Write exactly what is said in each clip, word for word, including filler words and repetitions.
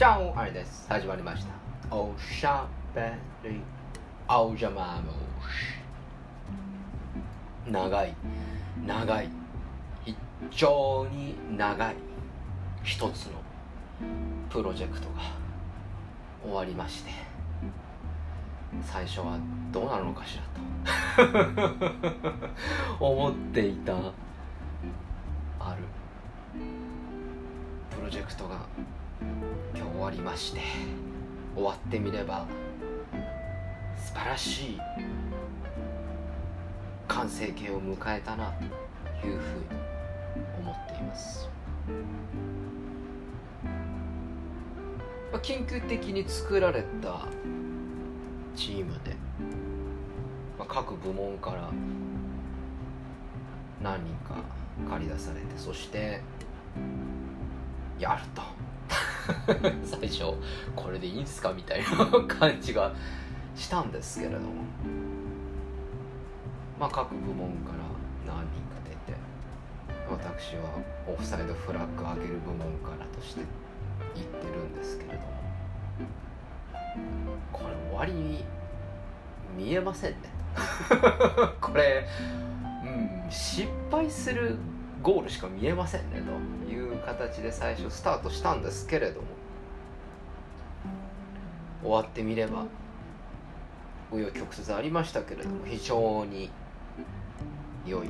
じゃんあれです。始まりました。おしゃべりおじゃまむし。長い長い非常に長い一つのプロジェクトが終わりまして、最初はどうなるのかしらと思っていたあるプロジェクトが今日終わりまして、終わってみれば素晴らしい完成形を迎えたなというふうに思っています。まあ、緊急的に作られたチームで、まあ、各部門から何人か借り出されて、そしてやると最初これでいいんすかみたいな感じがしたんですけれども、まあ各部門から何人か出て、私はオフサイドフラッグ上げる部門からとして言ってるんですけれども、これ終わりに見えませんねこれ、うん、失敗するゴールしか見えませんねという形で最初スタートしたんですけれども、終わってみれば紆余曲折ありましたけれども、非常に良い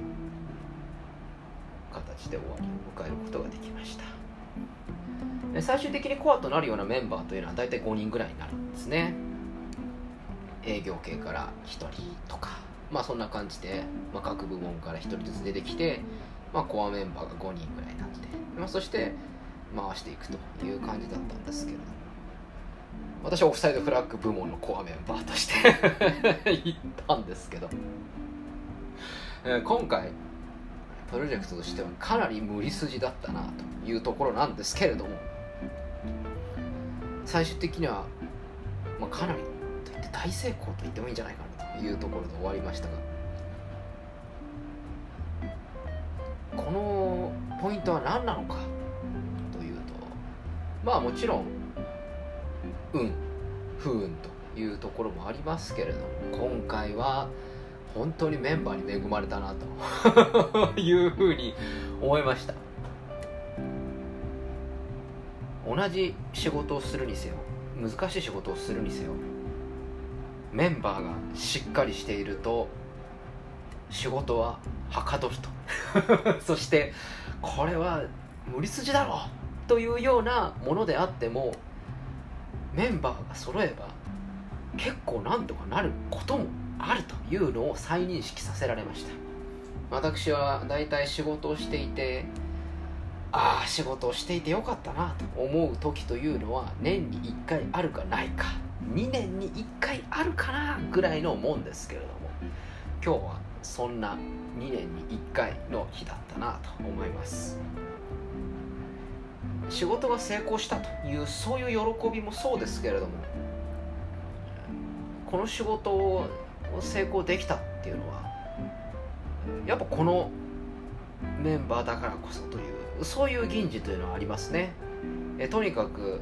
形で終わりを迎えることができました。最終的にコアとなるようなメンバーというのは大体ごにんぐらいになるんですね。営業系からひとりとか、まあそんな感じで、まあ、各部門からひとりずつ出てきて、まあ、コアメンバーがごにんぐらいになって、まあ、そして回していくという感じだったんですけれども、私はオフサイドフラッグ部門のコアメンバーとして行ったんですけど、えー、今回プロジェクトとしてはかなり無理筋だったなというところなんですけれども、最終的には、まあ、かなりといって大成功と言ってもいいんじゃないかなというところで終わりましたが、このポイントは何なのかというと、まあもちろん運不運というところもありますけれども、今回は本当にメンバーに恵まれたなというふうに思いました。同じ仕事をするにせよ、難しい仕事をするにせよ、メンバーがしっかりしていると仕事ははかどるとそしてこれは無理筋だろうというようなものであっても、メンバーが揃えば結構なんとかなることもあるというのを再認識させられました。私はだいたい仕事をしていて、ああ仕事をしていてよかったなと思う時というのは年にいっかいあるかないか、にねんにいっかいあるかなぐらいのもんですけれども、今日はそんなにねんにいっかいの日だったなと思います。仕事が成功したというそういう喜びもそうですけれども、この仕事を成功できたっていうのはやっぱこのメンバーだからこそという、そういう吟じというのはありますね。えとにかく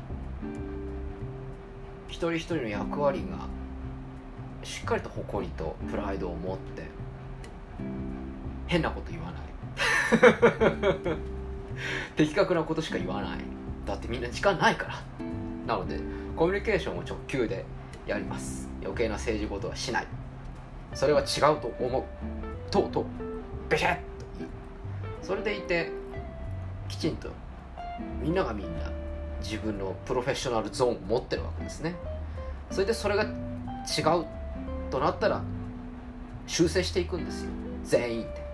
一人一人の役割がしっかりと誇りとプライドを持って変なこと言わない的確なことしか言わない。だってみんな時間ないから。なのでコミュニケーションを直球でやります。余計な政治事はしない。それは違うと思うとうとうベシャッと言う。それでいてきちんとみんながみんな自分のプロフェッショナルゾーンを持ってるわけですね。それでそれが違うとなったら修正していくんですよ、全員で。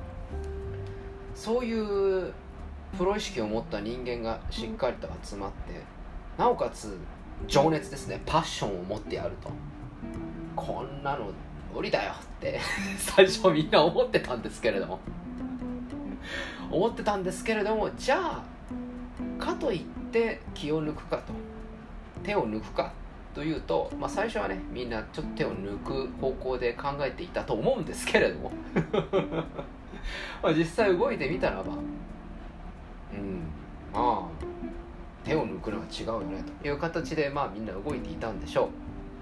そういうプロ意識を持った人間がしっかりと集まって、なおかつ情熱ですね、パッションを持ってやると、こんなの無理だよって最初みんな思ってたんですけれども思ってたんですけれどもじゃあかといって気を抜くかと、手を抜くかというと、まあ、最初はねみんなちょっと手を抜く方向で考えていたと思うんですけれどもまあ実際動いてみたらば、うん、まあ手を抜くのは違うよねという形で、まあみんな動いていたんでしょう。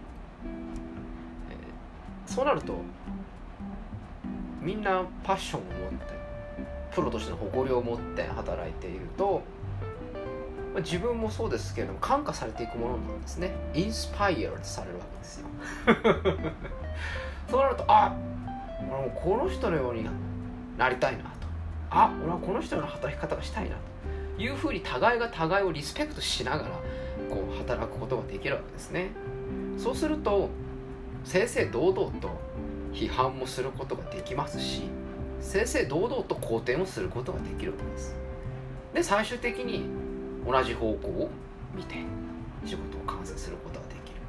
えー、そうなるとみんなパッションを持ってプロとしての誇りを持って働いていると、自分もそうですけれども感化されていくものなんですね。インスパイアされるわけですよそうなると、あ、俺もこの人のようになりたいなと、あ、俺はこの人の働き方がしたいなというふうに互いが互いをリスペクトしながらこう働くことができるわけですね。そうすると正々堂々と批判もすることができますし、正々堂々と肯定もすることができるわけです。で最終的に同じ方向を見て仕事を完成することができる。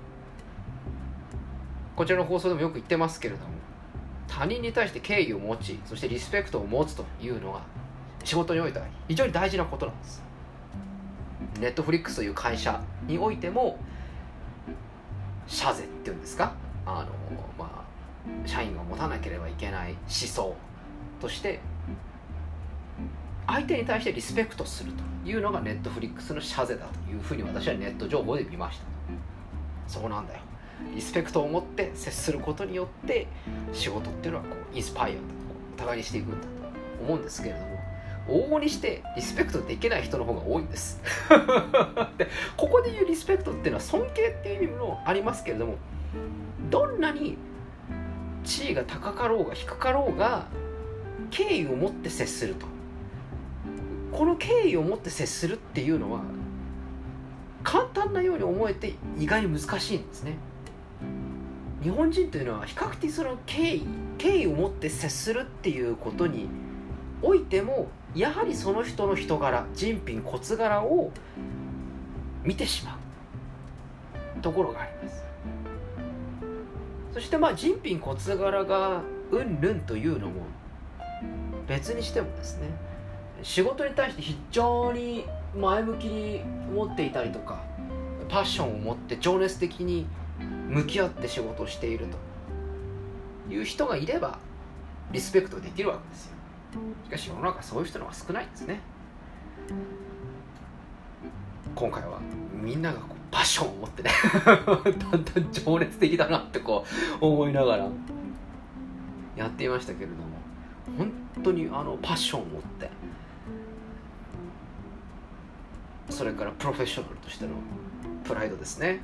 こちらの放送でもよく言ってますけれども、他人に対して敬意を持ち、そしてリスペクトを持つというのは仕事においては非常に大事なことなんです。ネットフリックスという会社においても社是っていうんですか、あの、まあ、社員が持たなければいけない思想として相手に対してリスペクトするというのがネットフリックスの社是だというふうに私はネット情報で見ました。そうなんだよ、リスペクトを持って接することによって仕事っていうのはこうインスパイアだとお互いにしていくんだと思うんですけれども、往々にしてリスペクトできない人の方が多いんですでここでいうリスペクトっていうのは尊敬っていう意味もありますけれども、どんなに地位が高かろうが低かろうが敬意を持って接すると、この敬意を持って接するっていうのは簡単なように思えて意外に難しいんですね。日本人というのは比較的その敬意敬意を持って接するっていうことにおいてもやはりその人の人柄、人品骨柄を見てしまうところがあります。そしてまあ人品骨柄がうんぬんというのも別にしてもですね、仕事に対して非常に前向きに持っていたりとか、パッションを持って情熱的に向き合って仕事をしているという人がいればリスペクトできるわけですよ。しかし世の中そういう人の方が少ないんですね。今回はみんながこうパッションを持ってねだんだん情熱的だなってこう思いながらやっていましたけれども、本当にあのパッションを持って、それからプロフェッショナルとしてのプライドですね、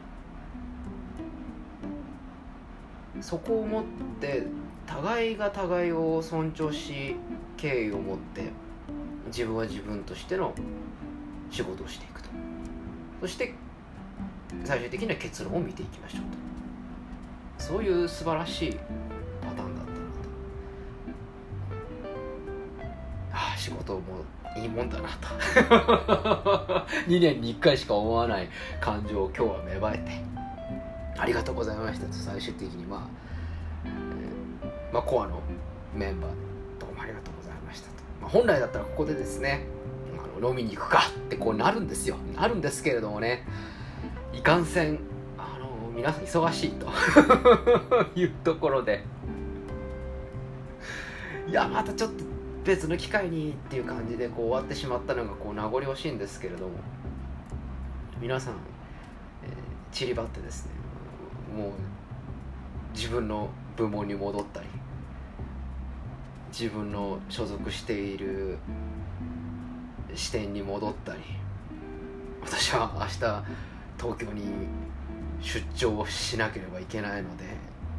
そこを持って互いが互いを尊重し敬意を持って自分は自分としての仕事をしていくと、そして最終的な結論を見ていきましょうと、そういう素晴らしいパターンだったなと。ああ仕事もいいもんだなとにねんにいっかいしか思わない感情を今日は芽生えて、ありがとうございましたと最終的にまあ、えー、まあコアのメンバーでどうもありがとうございましたと、まあ、本来だったらここでですねあの飲みに行くかってこうなるんですよなるんですけれどもね、いかんせんあの皆さん忙しいというところで、いやまたちょっと別の機会にっていう感じでこう終わってしまったのがこう名残惜しいんですけれども、皆さん、えー、散りばってですね、もう自分の部門に戻ったり、自分の所属している支店に戻ったり、私は明日東京に出張しなければいけないので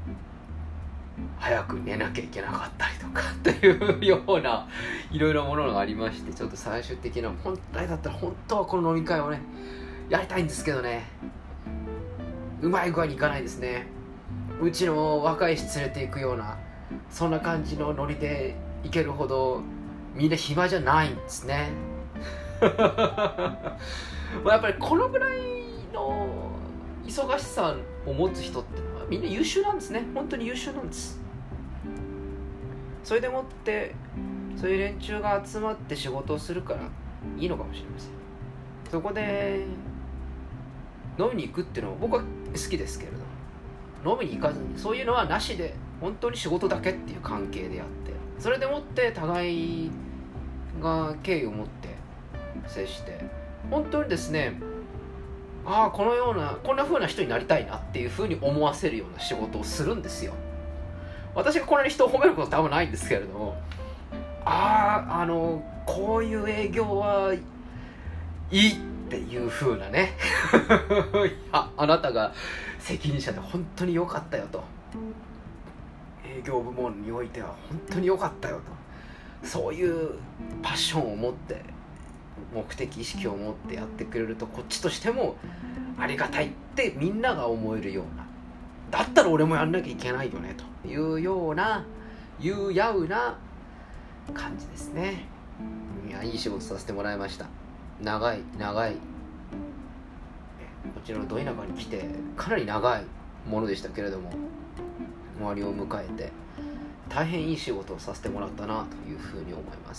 早く寝なきゃいけなかったりとかというようないろいろものがありまして、ちょっと最終的な本来だったら本当はこの飲み会をねやりたいんですけどね、うまい具合にいかないですね。うちの若い人連れていくようなそんな感じのノリでいけるほどみんな暇じゃないんですねまあやっぱりこのぐらいの忙しさを持つ人ってのはみんな優秀なんですね。本当に優秀なんです。それでもってそういう連中が集まって仕事をするからいいのかもしれません。そこで飲みに行くっていうのは僕は好きですけれど、飲みに行かずにそういうのはなしで本当に仕事だけっていう関係であって、それでもって互いが敬意を持って接して本当にですね、ああこのようなこんな風な人になりたいなっていう風に思わせるような仕事をするんですよ。私がこんなに人を褒めること多分ないんですけれども、あああのこういう営業はいいっていう風なねいやあなたが責任者で本当に良かったよと、営業部門においては本当に良かったよと、そういうパッションを持って目的意識を持ってやってくれると、こっちとしてもありがたいってみんなが思えるような、だったら俺もやんなきゃいけないよねというようないうやうな感じですね。いやいい仕事させてもらいました。長い長いこちらのど田舎に来てかなり長いものでしたけれども、終わりを迎えて大変いい仕事をさせてもらったなというふうに思います。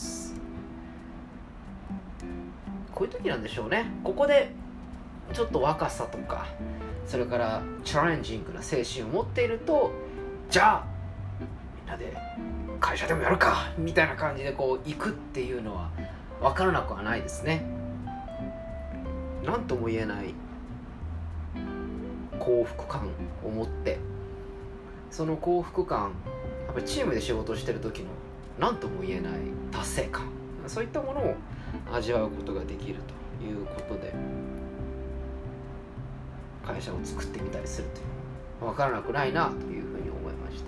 こういう時なんでしょうね。ここでちょっと若さとか、それからチャレンジングな精神を持っていると、じゃあみんなで会社でもやるかみたいな感じでこう行くっていうのは分からなくはないですね。なんとも言えない幸福感を持って、その幸福感、やっぱりチームで仕事をしてる時のなんとも言えない達成感、そういったものを味わうことができるということで、会社を作ってみたりするという分からなくないなというふうに思いました。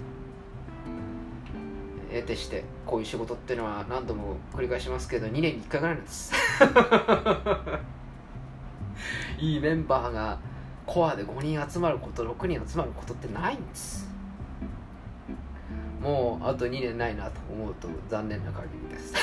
得てしてこういう仕事っていうのは何度も繰り返しますけどにねんにいっかいぐらいなんですいいメンバーがコアでごにん集まること、ろくにん集まることってないんです。もうあとにねんないなと思うと残念な限りです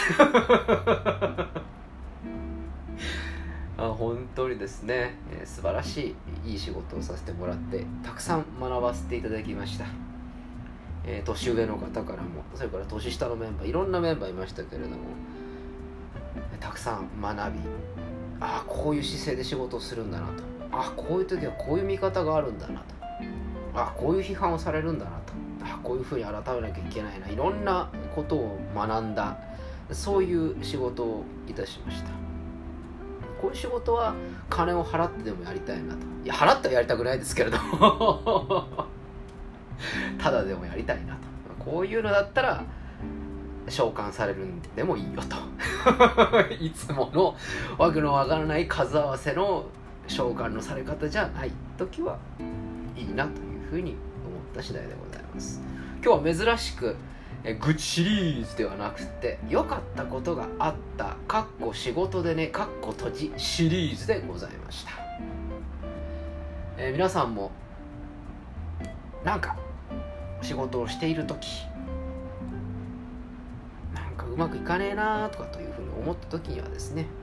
あ本当にですね、えー、素晴らしいいい仕事をさせてもらってたくさん学ばせていただきました。えー、年上の方からも、それから年下のメンバー、いろんなメンバーいましたけれども、たくさん学び、ああこういう姿勢で仕事をするんだなと、あこういう時はこういう見方があるんだなと、あこういう批判をされるんだなと、あこういうふうに改めなきゃいけないな、いろんなことを学んだ、そういう仕事をいたしました。こういう仕事は金を払ってでもやりたいなと。いや払ってはやりたくないですけれどもただでもやりたいなと。こういうのだったら召喚されるんでもいいよといつものわけのわからない数合わせの召喚のされ方じゃない時はいいなというふうに思った次第でございます。今日は珍しくえ愚痴シリーズではなくて、良かったことがあったかっこ仕事でねかっこ閉じシリーズでございました。えー、皆さんもなんか仕事をしているとき、なんかうまくいかねえなとかというふうに思ったときにはですね、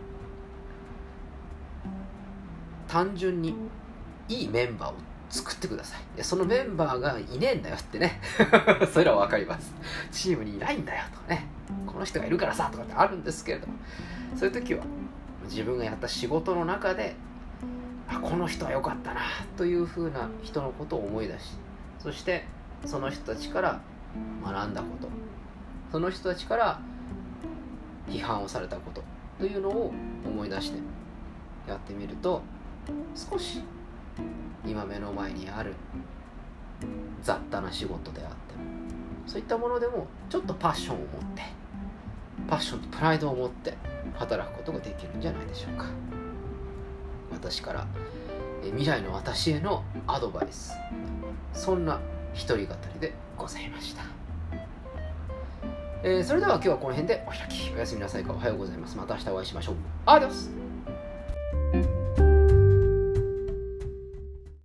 単純にいいメンバーを作ってください。いやそのメンバーがいねえんだよってねそれらは分かります。チームにいないんだよとかね、この人がいるからさとかってあるんですけれども、そういう時は自分がやった仕事の中で、あこの人は良かったなというふうな人のことを思い出し、そしてその人たちから学んだこと、その人たちから批判をされたことというのを思い出してやってみると、少し今目の前にある雑多な仕事であっても、そういったものでもちょっとパッションを持って、パッションとプライドを持って働くことができるんじゃないでしょうか。私から未来の私へのアドバイス、そんな一人語りでございました。えー、それでは今日はこの辺でお開き。おやすみなさいか、おはようございます。また明日お会いしましょう。アディオス。